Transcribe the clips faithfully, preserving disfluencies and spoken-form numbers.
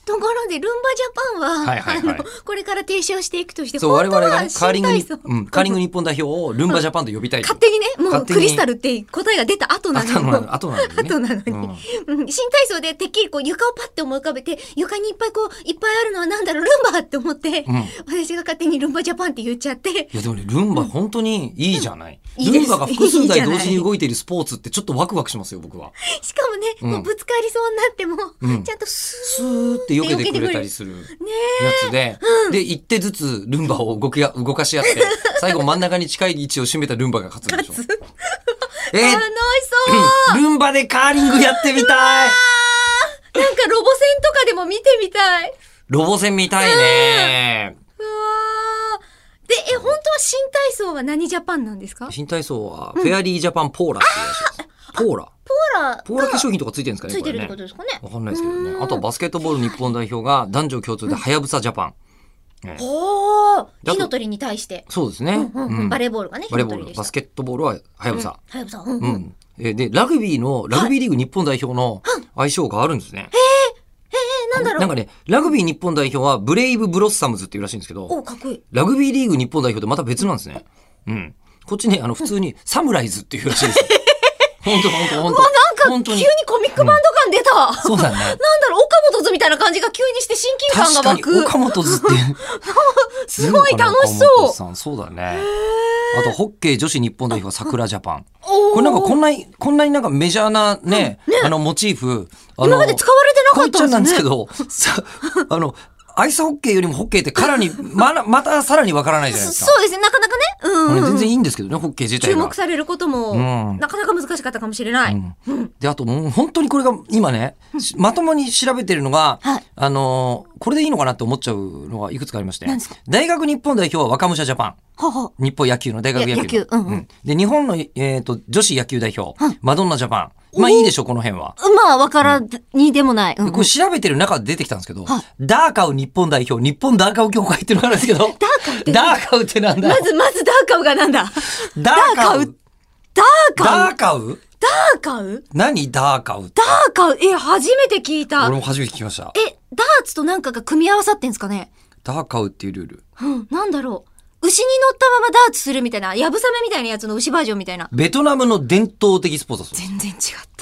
ところでルンバジャパンは、 はいはいはい、 あのこれから提唱していくとして、 そう我々がねカーリングに、 うん、 カーリング日本代表をルンバジャパンと呼びたいと、 勝手にねもうクリスタルって答えが出た後なのに後なのに、ね、 後なのに、うん、新体操でてっきりこう床をパッて思い浮かべて、床にいっぱいこういっぱいあるのはなんだろうルンバって思って、うん、私が勝手にルンバジャパンって言っちゃって。 いやでもねルンバ本当にいいじゃない、うん、ルンバが複数台同時に動いているスポーツってちょっとワクワクしますよ僕は。 しかもね、うん、こうぶつかりそうになっても、うん、ちゃんとスーって避けてくれたりするやつで、うん、で一手ずつルンバを動き動かし合って最後真ん中に近い位置を占めたルンバが勝つんでしょ。 えー、楽しそう、ルンバでカーリングやってみたい。 なんかロボ戦とかでも見てみたい。 ロボ戦見たいね。 うわでえ本当は新体操は何ジャパンなんですか？ 新体操はフェアリージャパンポーラっていうらしいです、うん、ポーラポーラポーラ化粧品とかついてるんですかね。 ついてるってことですかね。 わかんないですけどね。あとはバスケットボール日本代表が男女共通ではやぶさジャパン、 うん、おー火の鳥に対してそうですね、 うんうんうん、バレーボールがねバレーボールバスケットボールははやぶさ、 はやぶさ、うんうん、 でラグビーのラグビーリーグ日本代表の相性があるんですね、 はい、へえなんだろう。 なんかねラグビー日本代表はブレイブブロッサムズっていうらしいんですけど、 おかっこいい。 ラグビーリーグ日本代表とまた別なんですね。うん、こっちねあの普通にサムライズっていうらしいです本当本当本当。 なんか急にコミックバンド感出た、うん、 そうだね。 なんだろう岡本図みたいな感じが急にして親近感が湧く。 確かに岡本図ってすごい楽しそう。 さんそうだね。あとホッケー女子日本代表は桜ジャパン。これなんかこんなにこんなになんかメジャーなね、うん、ねあのモチーフあの今まで使われてなかったんですね。 こう言っちゃなんですけどさあのアイスホッケーよりもホッケーってからに ま, またさらにわからないじゃないですか。 そうですねなかなかね、うんうん、 全然いいんですけどねホッケー自体が注目されることも、うん、なかなか難しかったかもしれない、うんうん、 であともう本当にこれが今ね、うん、まともに調べてるのが、はい、あのー、これでいいのかなって思っちゃうのがいくつかありまして、大学日本代表は若武者ジャパン、はは日本野球の大学野球、 野球、うんうんうん、 で日本の、えー、と女子野球代表、うん、マドンナジャパン。まあいいでしょこの辺は。 まあわからにでもない、うんうん、 これ調べてる中で出てきたんですけど、はい、ダーカウ日本代表日本ダーカウ協会っていうのがあるんですけど、ダーカウってダーカウってなんだ。 まずまずダーカウがなんだ。 ダーカウダーカウダーカウダーカウ何ダーカウダーカウえ初めて聞いた。 俺も初めて聞きました。 えダーツとなんかが組み合わさってんですかね。 ダーカウっていうルール、 うん、なんだろう牛に乗ったままダーツするみたいなやぶさめみたいなやつの牛バージョンみたいな。 ベトナムの伝統的スポーツだそう。 全然違った。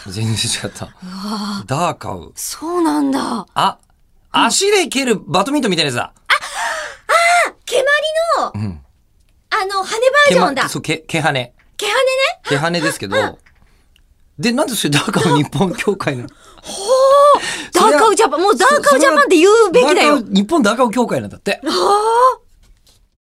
全然違った。ダーカウ。 そうなんだ。 あ、うん、足で蹴るバドミントンみたいなやつだ。 あ、あ、蹴鞠の、うん、あの羽バージョンだ。 そう毛毛羽。 毛羽ね。 毛羽ですけど。うん、でなんでそれダーカウ日本協会なの。 ほー。ダーカウジャパンもうダーカウジャパンって言うべきだよ。 日本ダーカウ協会なんだって。 はあ。